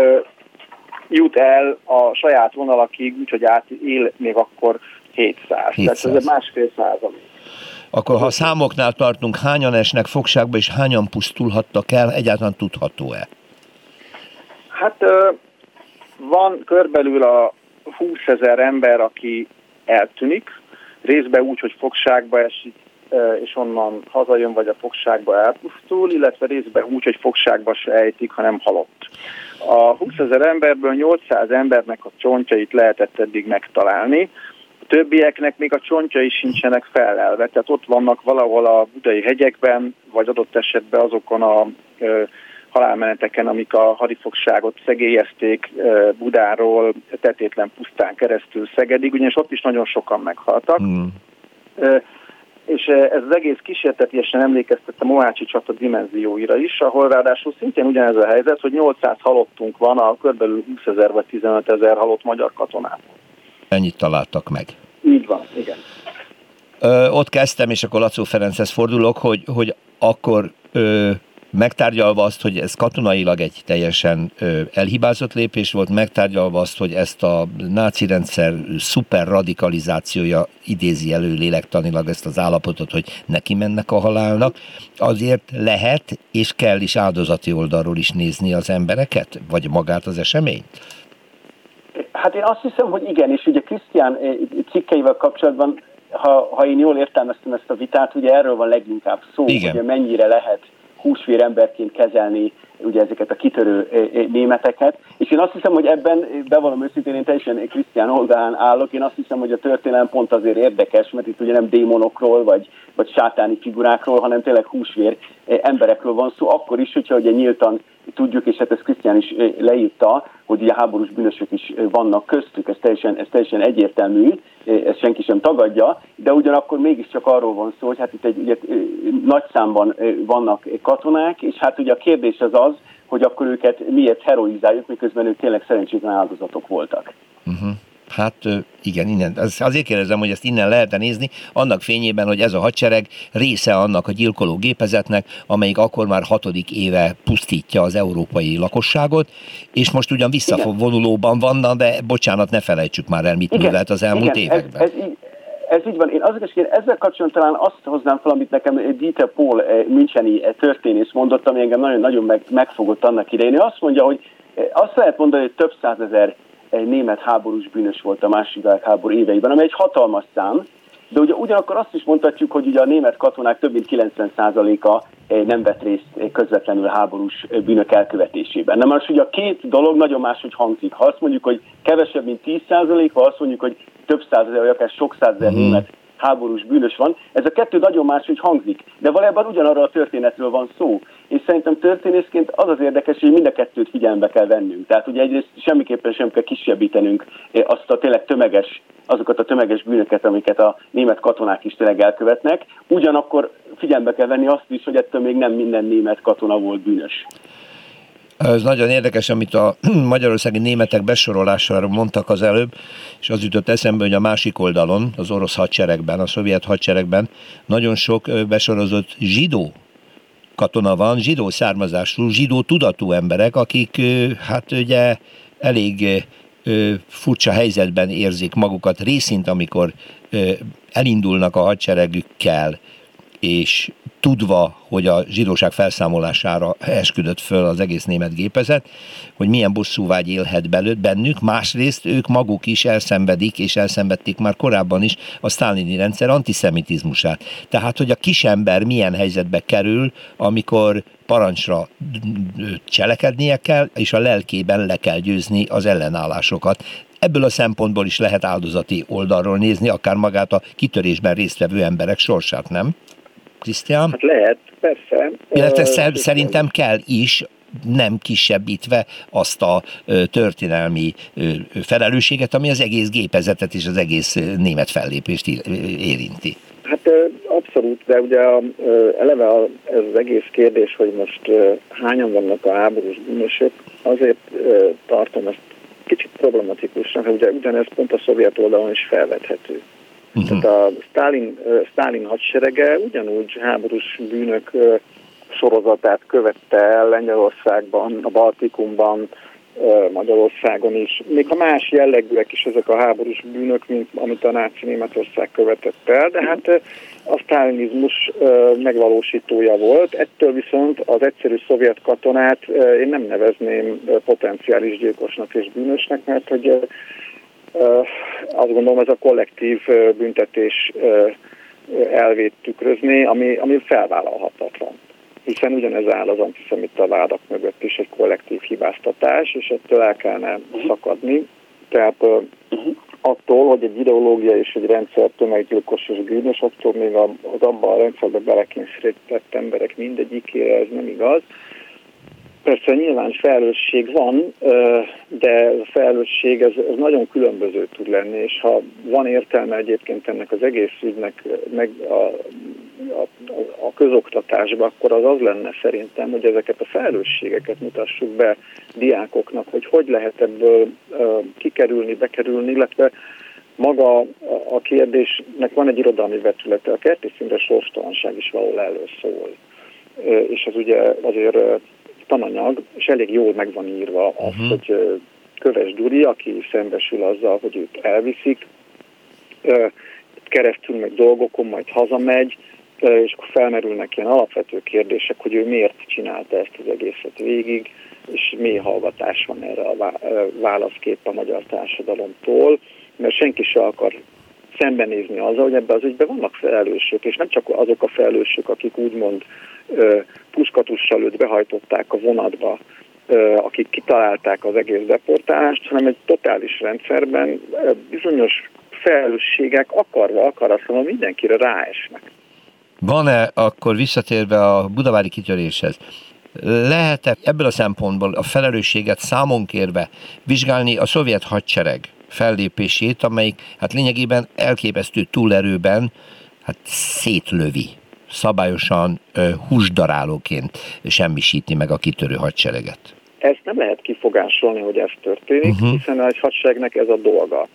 E: jut el a saját vonalakig, úgyhogy átél még akkor hétszáz. hétszáz. Tehát ez egy másfél százalék.
B: Akkor ha számoknál tartunk, hányan esnek fogságba, és hányan pusztulhattak el, egyáltalán tudható-e?
E: Hát van körbelül a húszezer ember, aki eltűnik, részben úgy, hogy fogságba esik, és onnan hazajön, vagy a fogságba elpusztul, illetve részben úgy, hogy fogságba se ejtik, hanem halott. A húszezer emberből nyolcszáz embernek a csontjait lehetett eddig megtalálni, a többieknek még a csontjai sincsenek felelve, tehát ott vannak valahol a budai hegyekben, vagy adott esetben azokon a ö, halálmeneteken, amik a hadifogságot szegélyezték ö, Budáról tetétlen pusztán keresztül Szegedig, ugyanis ott is nagyon sokan meghaltak. Mm. Ö, és ez az egész kísértetiesen emlékeztet a Mohácsi csata dimenzióira is, ahol ráadásul szintén ugyanez a helyzet, hogy nyolcszáz halottunk van a körülbelül húszezer vagy tizenötezer halott magyar katonát.
B: Ennyit találtak meg.
E: Így van, igen.
B: Ö, ott kezdtem, és akkor Lacó Ferenchez fordulok, hogy, hogy akkor ö, megtárgyalva azt, hogy ez katonailag egy teljesen ö, elhibázott lépés volt, megtárgyalva azt, hogy ezt a náci rendszer szuper radikalizációja idézi elő lélektanilag ezt az állapotot, hogy neki mennek a halálnak, azért lehet és kell is áldozati oldalról is nézni az embereket, vagy magát az eseményt?
F: Hát én azt hiszem, hogy igen, és ugye Krisztián cikkeivel kapcsolatban, ha, ha én jól értelmeztem ezt a vitát, ugye erről van leginkább szó, igen, hogy mennyire lehet húsvér emberként kezelni ugye ezeket a kitörő németeket, és én azt hiszem, hogy ebben, bevallom őszintén, én teljesen Krisztián oldalán állok, én azt hiszem, hogy a történelem pont azért érdekes, mert itt ugye nem démonokról, vagy, vagy sátáni figurákról, hanem tényleg húsvér emberekről van szó, akkor is, hogyha ugye nyíltan tudjuk, és hát ezt Krisztián is leírta, hogy ugye háborús bűnösök is vannak köztük, ez teljesen, ez teljesen egyértelmű, ezt senki sem tagadja, de ugyanakkor mégiscsak arról van szó, hogy hát itt egy ugye, nagy számban vannak katonák, és hát ugye a kérdés az az, hogy akkor őket miért heroizáljuk, miközben ők tényleg szerencsétlen áldozatok voltak.
B: Uh-huh. Hát igen, innen. Azért kérdezem, hogy ezt innen lehet nézni, annak fényében, hogy ez a hadsereg része annak a gyilkoló gépezetnek, amelyik akkor már hatodik éve pusztítja az európai lakosságot, és most ugyan visszavonulóban vannak, de bocsánat, ne felejtsük már el, mit művelt az elmúlt
F: igen,
B: években.
F: Ez, ez, így, ez így van. Én azért is ezzel kapcsolatban talán azt hoznám fel, amit nekem Dieter Pohl müncheni történész mondott, ami engem nagyon-nagyon meg, megfogott annak idején. Ő azt mondja, hogy azt lehet mondani, hogy több százezer egy német háborús bűnös volt a második világháború éveiben, ami egy hatalmas szám, de ugye ugyanakkor azt is mondhatjuk, hogy ugye a német katonák több mint kilencven százaléka nem vett részt közvetlenül háborús bűnök elkövetésében. Na most ugye a két dolog nagyon máshogy hangzik. Ha azt mondjuk, hogy kevesebb, mint tíz százalék, ha azt mondjuk, hogy több százezer, vagy akár sok százezer mm. német háborús bűnös van, ez a kettő nagyon máshogy hangzik, de valójában ugyanarra a történetről van szó. És szerintem történészként az az érdekes, hogy mind a kettőt figyelembe kell vennünk. Tehát ugye egyrészt semmiképpen sem kell kisebbítenünk azt a tényleg tömeges, azokat a tömeges bűnöket, amiket a német katonák is tényleg elkövetnek. Ugyanakkor figyelembe kell venni azt is, hogy ettől még nem minden német katona volt bűnös.
B: Ez nagyon érdekes, amit a magyarországi németek besorolására mondtak az előbb, és az jutott eszembe, hogy a másik oldalon, az orosz hadseregben, a szovjet hadseregben nagyon sok besorozott zsidó katona van, zsidó származású, zsidó tudatú emberek, akik hát ugye elég furcsa helyzetben érzik magukat részint, amikor elindulnak a hadseregükkel, és tudva, hogy a zsidóság felszámolására esküdött föl az egész német gépezet, hogy milyen bosszúvágy élhet belőtt bennük, másrészt ők maguk is elszenvedik, és elszenvedték már korábban is a sztálini rendszer antiszemitizmusát. Tehát, hogy a kisember milyen helyzetbe kerül, amikor parancsra cselekednie kell, és a lelkében le kell győzni az ellenállásokat. Ebből a szempontból is lehet áldozati oldalról nézni, akár magát a kitörésben résztvevő emberek sorsát, nem? Krisztián?
E: Hát lehet, persze.
B: Illetve uh, szerintem kell is, nem kisebbítve azt a történelmi felelősséget, ami az egész gépezetet és az egész német fellépést érinti. Hát
E: abszolút, de ugye eleve ez az egész kérdés, hogy most hányan vannak a háborús bűnösök, azért tartom ezt kicsit problematikusnak, hogy ugye ugyanez pont a szovjet oldalon is felvethető. Uh-huh. Tehát a Sztálin, Sztálin hadserege ugyanúgy háborús bűnök sorozatát követte el Lengyelországban, a Baltikumban, Magyarországon is. Még a más jellegűek is ezek a háborús bűnök, mint amit a náci Németország követett el, de hát a sztálinizmus megvalósítója volt. Ettől viszont az egyszerű szovjet katonát én nem nevezném potenciális gyilkosnak és bűnösnek, mert hogy azt gondolom, ez a kollektív büntetés elvét tükrözni, ami, ami felvállalhatatlan. Hiszen ugyanez áll az antiszemita vádak mögött is egy kollektív hibáztatás, és ettől el kellene szakadni. Tehát uh-huh. attól, hogy egy ideológia és egy rendszer tömeggyilkos és bűnös, attól még az abban a rendszerben belekényszerített emberek mindegyikére ez nem igaz. Persze nyilván felelősség van, de a felelősség ez, ez nagyon különböző tud lenni, és ha van értelme egyébként ennek az egész ügynek meg a, a, a közoktatásban, akkor az az lenne szerintem, hogy ezeket a felelősségeket mutassuk be diákoknak, hogy hogy lehet ebből kikerülni, bekerülni, illetve maga a kérdésnek van egy irodalmi vetülete, a Kertész Imre sorstalanság is valahol erről szól. És ez ugye azért tananyag, és elég jól meg van írva az, uh-huh. hogy Köves Gyuri, aki szembesül azzal, hogy őt elviszik, keresztül meg dolgokon, majd hazamegy, és akkor felmerülnek ilyen alapvető kérdések, hogy ő miért csinálta ezt az egészet végig, és mély hallgatás van erre a válaszkép a magyar társadalomtól, mert senki se akar szembenézni azzal, hogy ebben az ügyben vannak felelősök, és nem csak azok a felelősök, akik úgymond puskatussal őt behajtották a vonatba, akik kitalálták az egész deportálást, hanem egy totális rendszerben bizonyos felelősségek akarva, akaratlanul mindenkire ráesnek.
B: Van-e akkor visszatérve a budavári kitöréshez, lehet-e ebből a szempontból a felelősséget számon kérve vizsgálni a szovjet hadsereg fellépését, amelyik hát lényegében elképesztő túlerőben hát szétlövi, szabályosan húsdarálóként semmisíti meg a kitörő hadsereget?
E: Ezt nem lehet kifogásolni, hogy ez történik, uh-huh. hiszen a hadseregnek ez a dolga.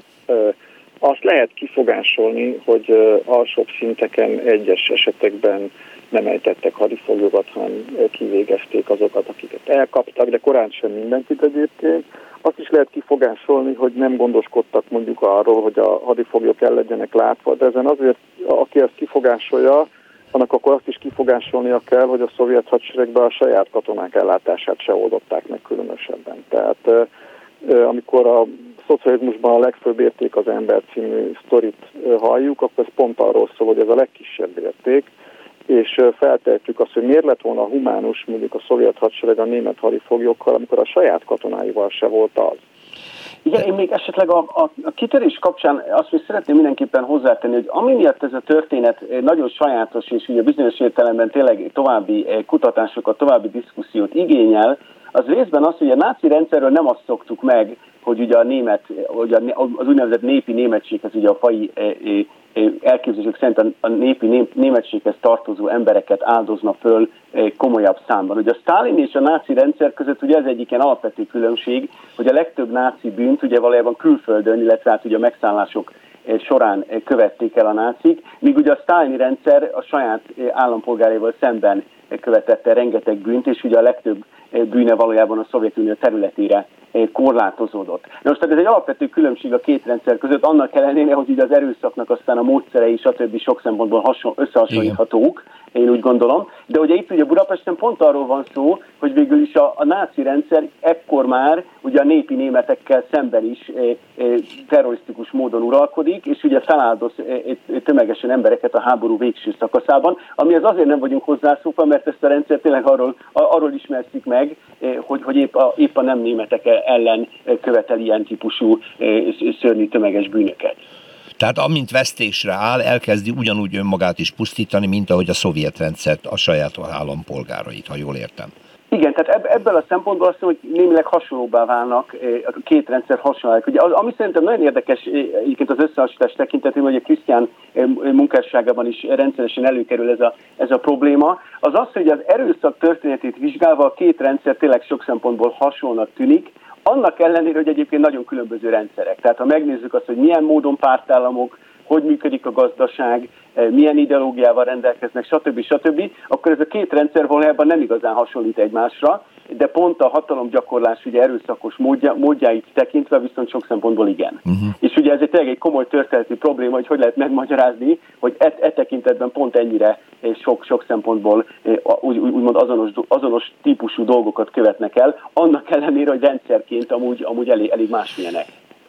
E: Azt lehet kifogásolni, hogy alsóbb szinteken egyes esetekben nem ejtettek hadifoglyokat, hanem kivégezték azokat, akiket elkaptak, de korán sem mindenkit egyébként. Azt is lehet kifogásolni, hogy nem gondoskodtak mondjuk arról, hogy a hadifoglyok el legyenek látva, de ezen azért, aki ezt kifogásolja, annak akkor azt is kifogásolnia kell, hogy a szovjet hadseregben a saját katonák ellátását se oldották meg különösebben. Tehát amikor a szocializmusban a legfőbb érték az ember című sztorit halljuk, akkor ez pont arról szól, hogy ez a legkisebb érték, és feltehetjük azt, hogy miért lett volna humánus mondjuk a szovjet hadsereg a német hadifoglyokkal, amikor a saját katonáival se volt az.
F: Igen, én még esetleg a, a, a kitörés kapcsán azt még szeretném mindenképpen hozzátenni, hogy ami miatt ez a történet nagyon sajátos, és ugye bizonyos értelemben tényleg további kutatásokat, további diszkusziót igényel, az részben az, hogy a náci rendszerről nem azt szoktuk meg, hogy ugye a német, ugye az úgynevezett népi németséghez, ugye a fai elképzelések szerint a népi németséghez tartozó embereket áldozna föl komolyabb számban. Ugye a sztálini és a náci rendszer között ugye ez egyik ilyen alapvető különbség, hogy a legtöbb náci bűnt ugye valójában külföldön, illetve hát ugye a megszállások során követték el a nácik, míg ugye a sztálini rendszer a saját állampolgáraival szemben követette rengeteg bűnt, és ugye a legtöbb bűne valójában a Szovjetunió területére korlátozódott. Na most tehát ez egy alapvető különbség a két rendszer között, annak ellenére, hogy ugye az erőszaknak aztán a módszerei, stb. Sok szempontból hason, összehasonlíthatók, én úgy gondolom, de ugye itt ugye Budapesten pont arról van szó, hogy végül is a, a náci rendszer ekkor már ugye a népi németekkel szemben is e, e, terrorisztikus módon uralkodik, és ugye feláldoz e, e, tömegesen embereket a háború végső szakaszában, amihez azért nem vagyunk hozzászokva, mert ezt a rendszer tényleg arról, arról ismerszik meg, e, hogy, hogy épp, a, épp a nem németek ellen követel ilyen típusú e, szörnyű tömeges bűnöket.
B: Tehát amint vesztésre áll, elkezdi ugyanúgy önmagát is pusztítani, mint ahogy a szovjet rendszert a saját állampolgárait, ha jól értem.
F: Igen, tehát ebből a szempontból azt mondom, hogy némileg hasonlóbbá válnak, a két rendszer hasonlóak. Ugye az, ami szerintem nagyon érdekes egyébként az összehasonlítás tekintetében, hogy a Krisztián munkásságában is rendszeresen előkerül ez a, ez a probléma, az az, hogy az erőszak történetét vizsgálva a két rendszer tényleg sok szempontból hasonlónak tűnik, annak ellenére, hogy egyébként nagyon különböző rendszerek. Tehát ha megnézzük azt, hogy milyen módon pártállamok, hogy működik a gazdaság, milyen ideológiával rendelkeznek, stb. stb., akkor ez a két rendszer valójában nem igazán hasonlít egymásra, de pont a hatalomgyakorlás ugye erőszakos módja, módjáit tekintve viszont sok szempontból igen. Uh-huh. És ugye ez egy tényleg egy komoly történeti probléma, hogy hogy lehet megmagyarázni, hogy e, e tekintetben pont ennyire sok-sok szempontból úgy, úgymond azonos, azonos típusú dolgokat követnek el, annak ellenére, hogy rendszerként amúgy, amúgy elég, elég másmilyenek.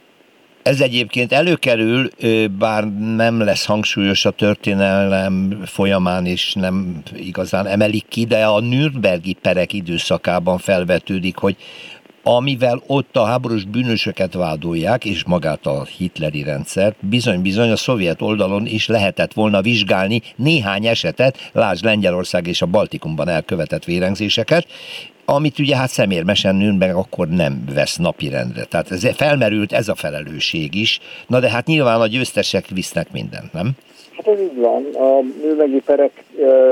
B: Ez egyébként előkerül, bár nem lesz hangsúlyos a történelem folyamán, és nem igazán emelik ki, de a nürnbergi perek időszakában felvetődik, hogy amivel ott a háborús bűnösöket vádolják, és magát a hitleri rendszert, bizony-bizony a szovjet oldalon is lehetett volna vizsgálni néhány esetet, lásd Lengyelország és a Baltikumban elkövetett vérengzéseket, amit ugye hát szemérmesen Nürnberg akkor nem vesz napirendre. Tehát ez, felmerült ez a felelősség is. Na de hát nyilván a győztesek visznek mindent, nem?
E: Hát ez így van. A nürnbergi perek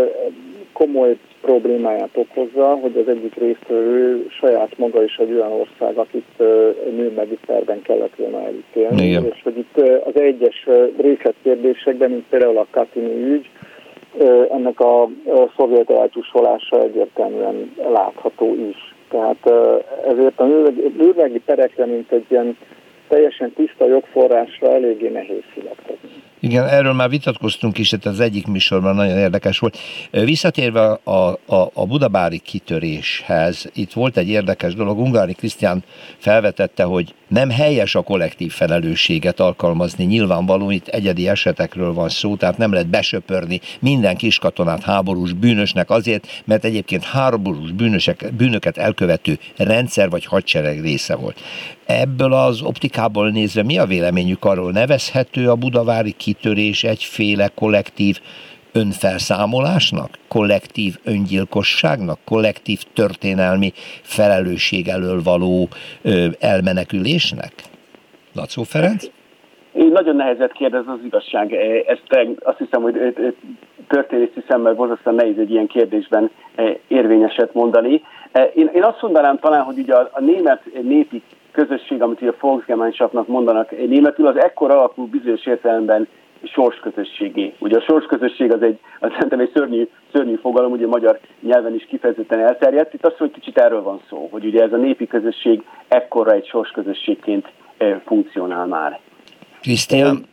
E: komoly problémáját okozza, hogy az egyik résztvevő saját maga is egy olyan ország, akit nürnbergi perben kellett volna elítélni. Igen. És hogy itt az egyes részletkérdésekben, mint például a Katini ügy, ennek a szovjet eltusolása egyértelműen látható is. Tehát ezért a nürnbergi perekre, mint egy ilyen teljesen tiszta jogforrásra eléggé nehéz hivatkozni.
B: Igen, erről már vitatkoztunk is, tehát az egyik műsorban nagyon érdekes volt. Visszatérve a, a, a budabári kitöréshez, itt volt egy érdekes dolog, Ungvári Krisztián felvetette, hogy Nem helyes a kollektív felelősséget alkalmazni, nyilvánvaló, itt egyedi esetekről van szó, tehát nem lehet besöpörni minden kiskatonát háborús bűnösnek azért, mert egyébként háborús bűnösek, bűnöket elkövető rendszer vagy hadsereg része volt. Ebből az optikából nézve mi a véleményük arról? Nevezhető a budavári kitörés egyféle kollektív önfelszámolásnak, kollektív öngyilkosságnak, kollektív történelmi felelősség elől való ö, elmenekülésnek? Lacó Ferenc?
F: Nagyon nehezet kérdez, az igazság. Ezt azt hiszem, hogy történészi szemmel borzasztóan nehéz egy ilyen kérdésben érvényeset mondani. Én, én azt mondanám talán, hogy ugye a, a német népi közösség, amit ugye a Volksgemeinschaftsnak mondanak németül, az ekkor alakul bizonyos értelemben sorsközösségé. Ugye a sorsközösség az egy, az szerintem egy szörnyű, szörnyű fogalom, ugye magyar nyelven is kifejezetten elterjedt. Itt azt, hogy kicsit erről van szó, hogy ugye ez a népi közösség ekkorra egy sorsközösségként e, funkcionál már.
B: Krisztián?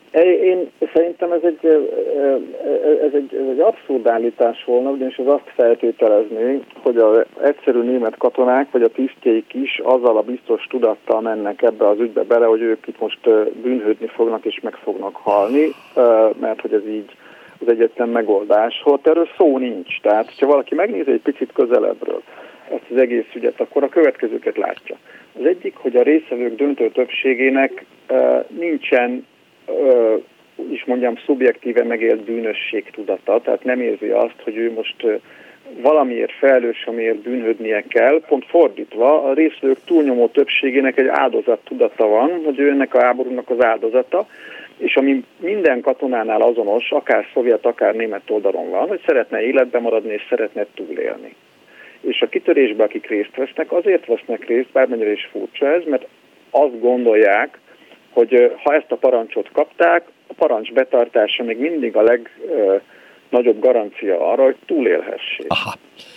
E: Én szerintem ez egy, ez egy, ez egy abszurd állítás volna, ugyanis ez azt feltételezné, hogy az egyszerű német katonák, vagy a tisztjeik is azzal a biztos tudattal mennek ebbe az ügybe bele, hogy ők itt most bűnhődni fognak és meg fognak halni, mert hogy ez így az egyetlen megoldás. Holott erről szó nincs. Tehát, ha valaki megnézi egy picit közelebbről ezt az egész ügyet, akkor a következőket látja. Az egyik, hogy a résztvevők döntő többségének nincsen úgy is mondjam, szubjektíven megélt bűnösség tudata, tehát nem érzi azt, hogy ő most valamiért felelős, amiért bűnhődnie kell. Pont fordítva, a résztvevők túlnyomó többségének egy áldozat tudata van, hogy ő ennek a háborúnak az áldozata, és ami minden katonánál azonos, akár szovjet, akár német oldalon van, hogy szeretne életben maradni és szeretne túlélni. És a kitörésben, akik részt vesznek, azért vesznek részt, bármennyire is furcsa ez, mert azt gondolják, hogy ha ezt a parancsot kapták, a parancs betartása még mindig a legnagyobb garancia arra, hogy túlélhessék. Aha.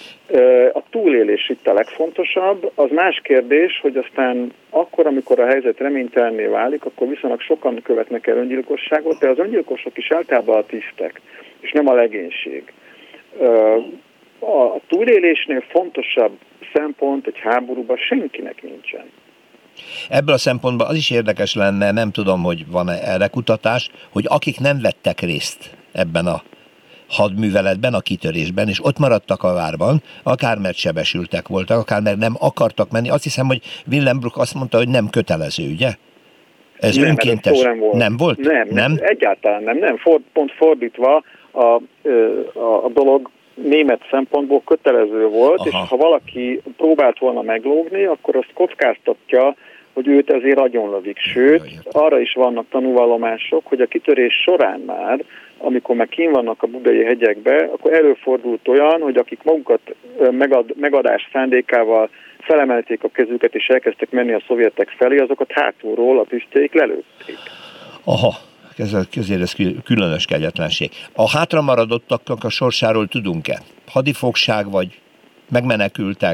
E: A túlélés itt a legfontosabb. Az más kérdés, hogy aztán akkor, amikor a helyzet reménytelenné válik, akkor viszonylag sokan követnek el öngyilkosságot, de az öngyilkosok is általában a tisztek, és nem a legénység. A túlélésnél fontosabb szempont egy háborúban senkinek nincsen.
B: Ebből a szempontból az is érdekes lenne, nem tudom, hogy van-e erre kutatás, hogy akik nem vettek részt ebben a hadműveletben, a kitörésben, és ott maradtak a várban, akár mert sebesültek voltak, akár mert nem akartak menni. Azt hiszem, hogy Willem Bruck azt mondta, hogy nem kötelező, ugye? Ez
E: nem,
B: önkéntes.
E: Nem volt.
B: Nem volt?
E: Nem,
B: nem?
E: Egyáltalán nem. nem. For, pont fordítva a, a, a dolog német szempontból kötelező volt, Aha. és ha valaki próbált volna meglógni, akkor azt kockáztatja, hogy őt ezért agyonlövik. Sőt, arra is vannak tanúvallomások, hogy a kitörés során már, amikor meg kín vannak a budai hegyekbe, akkor előfordult olyan, hogy akik magukat megad, megadás szándékával felemelték a kezüket és elkezdtek menni a szovjetek felé, azokat hátulról a tisztjeik lelőtték.
B: Aha. Közért ez különös kegyetlenség. A hátramaradottaknak a sorsáról tudunk-e? Hadifogság vagy megmenekültek?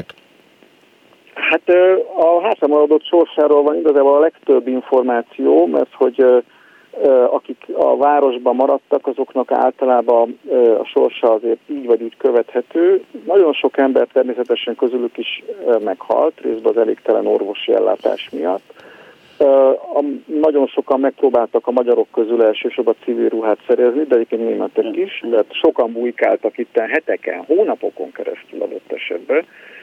E: Hát a hátramaradott sorsáról van igazából a legtöbb információ, mert hogy akik a városban maradtak, azoknak általában a sorsa azért így vagy úgy követhető. Nagyon sok ember természetesen közülük is meghalt, részben az elégtelen orvosi ellátás miatt. A, nagyon sokan megpróbáltak a magyarok közül elsősorban civil ruhát szerezni, de egyébként németek is, de sokan bujkáltak itt heteken, hónapokon keresztül adott esetben,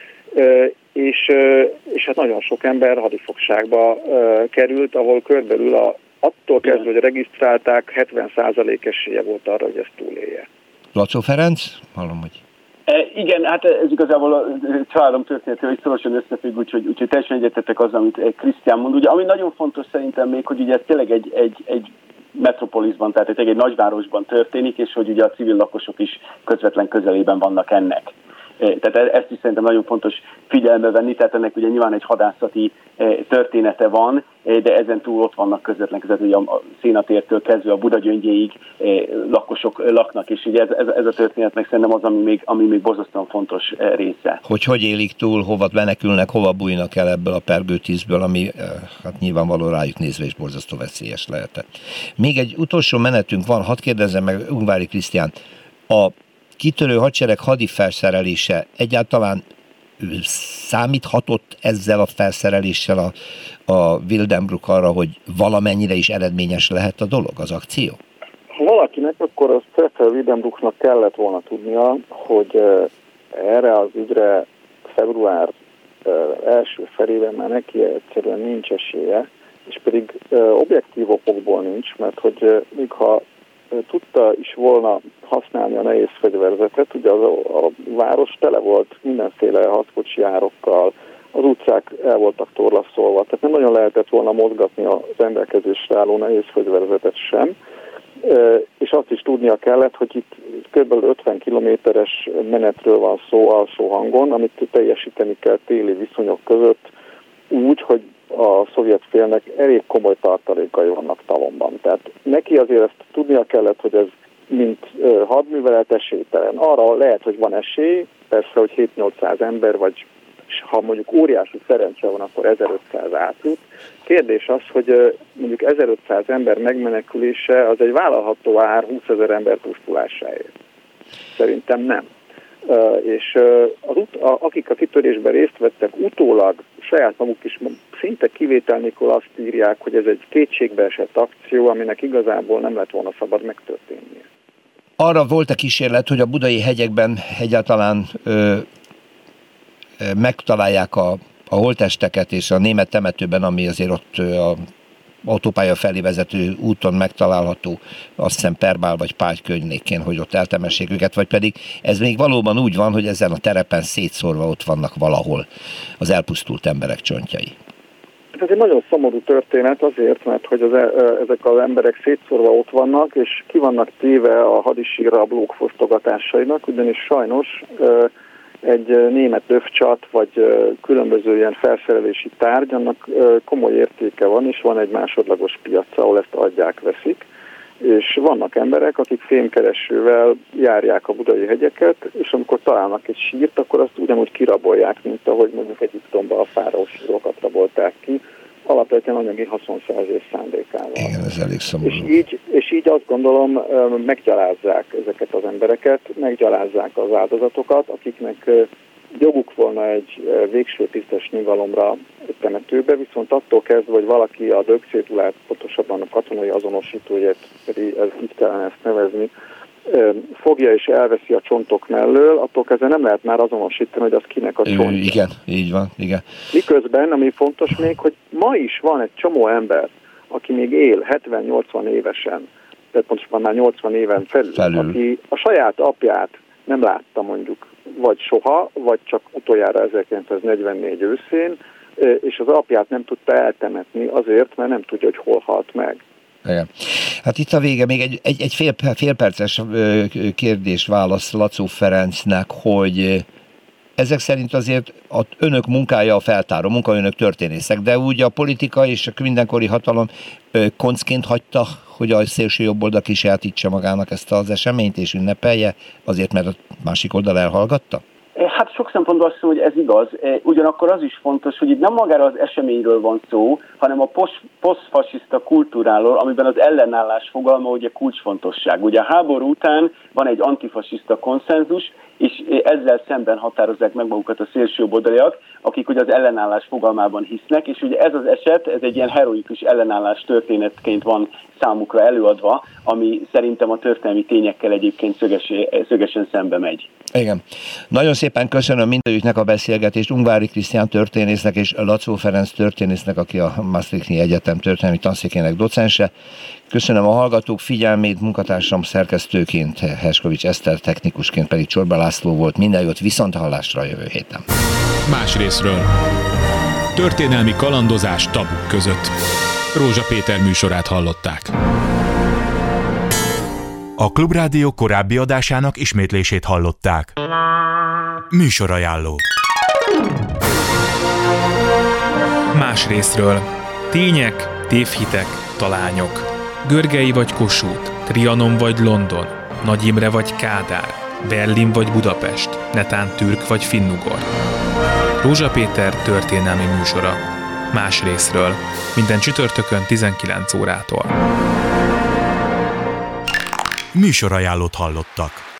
E: és, és hát nagyon sok ember hadifogságba került, ahol körülbelül a, attól kezdve, hogy regisztrálták, hetven százalék esélye volt arra, hogy ezt túlélje.
B: Lacó Ferenc? Hallom, hogy...
F: E, igen, hát ez igazából a családom története, hogy szorosan összefügg, úgyhogy, úgyhogy teljesen egyetettek az, amit Krisztián mond. Ugye, ami nagyon fontos szerintem még, hogy ugye ez tényleg egy, egy, egy metropolisban, tehát egy, egy nagyvárosban történik, és hogy ugye a civil lakosok is közvetlen közelében vannak ennek. Tehát ezt is szerintem nagyon fontos figyelme venni, tehát ennek ugye nyilván egy hadászati története van, de ezen túl ott vannak közvetlen között, ugye a Szénatértől kezdve a Budagyöngyéig lakosok laknak, és ugye ez, ez, ez a történetnek szerintem az, ami még, ami még borzasztóan fontos része.
B: Hogy hogy élik túl, hova menekülnek, hova bújnak el ebből a pergőtűzből, ami hát nyilvánvaló rájuk nézve is borzasztó veszélyes lehetett. Még egy utolsó menetünk van, hadd kérdezzem meg Ungvári Krisztián, a kitörő hadsereg hadifelszerelése egyáltalán számíthatott ezzel a felszereléssel a, a Wildenbruch arra, hogy valamennyire is eredményes lehet a dolog, az akció?
E: Ha valakinek, akkor az Pfeffer Wildenbruchnak kellett volna tudnia, hogy erre az ügyre február első felében már neki egyszerűen nincs esélye, és pedig objektív okokból nincs, mert hogy még ha tudta is volna használni a nehéz fegyverzetet, ugye az a, a város tele volt mindenféle harckocsi járokkal, az utcák el voltak torlaszolva, tehát nem nagyon lehetett volna mozgatni az rendelkezésre álló nehéz fegyverzetet sem, és azt is tudnia kellett, hogy itt kb. ötven kilométeres menetről van szó alsó hangon, amit teljesíteni kell téli viszonyok között úgy, hogy a szovjet félnek elég komoly tartalékai vannak Talonnban. Tehát neki azért ezt tudnia kellett, hogy ez mint hadművelet esélytelen. Arra lehet, hogy van esély, persze, hogy hét-nyolcszáz ember, vagy ha mondjuk óriási szerencse van, akkor ezerötszáz átjut. Kérdés az, hogy mondjuk ezerötszáz ember megmenekülése az egy vállalható ár húszezer ember pusztulásáért. Szerintem nem. És az, akik a kitörésben részt vettek, utólag saját maguk is szinte kivétel nélkül azt írják, hogy ez egy kétségbeesett akció, aminek igazából nem lett volna szabad megtörténnie.
B: Arra volt a kísérlet, hogy a budai hegyekben egyáltalán ö, megtalálják a, a holttesteket, és a német temetőben, ami azért ott a autópálya felé vezető úton megtalálható, azt hiszem Perbál vagy Págy környékén, hogy ott eltemessék őket, vagy pedig ez még valóban úgy van, hogy ezen a terepen szétszórva ott vannak valahol az elpusztult emberek csontjai.
E: Ez egy nagyon szomorú történet azért, mert hogy az, ezek az emberek szétszórva ott vannak, és ki vannak téve a hadisírablók fosztogatásainak, ugyanis sajnos egy német övcsat, vagy különböző ilyen felszerelési tárgy, annak komoly értéke van, és van egy másodlagos piac, ahol ezt adják, veszik. És vannak emberek, akik fémkeresővel járják a budai hegyeket, és amikor találnak egy sírt, akkor azt ugyanúgy kirabolják, mint ahogy mondjuk Egyiptomban a fáraó sírokat rabolták ki, alapvetően anyagi haszonszerzés szándékával.
B: Igen, ez elég szomorú.
E: És így, és így azt gondolom, meggyalázzák ezeket az embereket, meggyalázzák az áldozatokat, akiknek joguk volna egy végső tisztes nyugalomra temetőbe, viszont attól kezdve, hogy valaki a dögcédulát, pontosabban a katonai azonosítóját, pedig ez így kellene ezt nevezni, fogja és elveszi a csontok mellől, attól kezdve nem lehet már azonosítani, hogy az kinek a csontja.
B: Igen, így van, igen.
E: Miközben, ami fontos még, hogy ma is van egy csomó ember, aki még él hetven-nyolcvan évesen, tehát pontosabban már nyolcvan éven felül, felül, aki a saját apját nem látta mondjuk vagy soha, vagy csak utoljára ezerkilencszáznegyvennégy őszén, és az apját nem tudta eltemetni azért, mert nem tudja, hogy hol halt meg.
B: Igen. Hát itt a vége még egy, egy, egy fél, félperces kérdés-válasz Lacó Ferencnek, hogy ezek szerint azért az önök munkája a feltáró munka, önök történészek, de úgy a politika és a mindenkori hatalom koncként hagyta, hogy a szélső jobb oldal kisajátítsa magának ezt az eseményt és ünnepelje, azért mert a másik oldal elhallgatta?
F: Hát sok szempontból azt mondom, hogy ez igaz. Ugyanakkor az is fontos, hogy itt nem magára az eseményről van szó, hanem a posztfasiszta kultúráról, amiben az ellenállás fogalma ugye kulcsfontosság. Ugye a háború után van egy antifasiszta konszenzus, és ezzel szemben határozzák meg magukat a szélsőjobboldaliak, akik ugye az ellenállás fogalmában hisznek, és ugye ez az eset, ez egy ilyen heroikus ellenállás történetként van számukra előadva, ami szerintem a történelmi tényekkel egyébként szöges, szögesen szembe megy.
B: Igen. Nagyon szépen köszönöm mindegyiknek a beszélgetést, Ungvári Krisztián történésznek és Lacó Ferenc történésznek, aki a Maastrichti Egyetem történelmi tanszékének docense. Köszönöm a hallgatók figyelmét, munkatársam szerkesztőként Herskovics Eszter, technikusként pedig Csorba László volt. Minden jót, viszonthallásra a jövő héten.
A: Más részről. Történelmi kalandozás tabuk között. Rózsa Péter műsorát hallották.
C: A Klubrádió korábbi adásának ismétlését hallották. Műsorajánló.
G: Más részről. Tények, tévhitek, talányok. Görgei vagy Kossuth, Trianon vagy London, Nagy Imre vagy Kádár, Berlin vagy Budapest, netán türk vagy finnugor. Rózsa Péter történelmi műsora. Más részről. Minden csütörtökön tizenkilenc órától.
C: Műsorajánlót hallottak.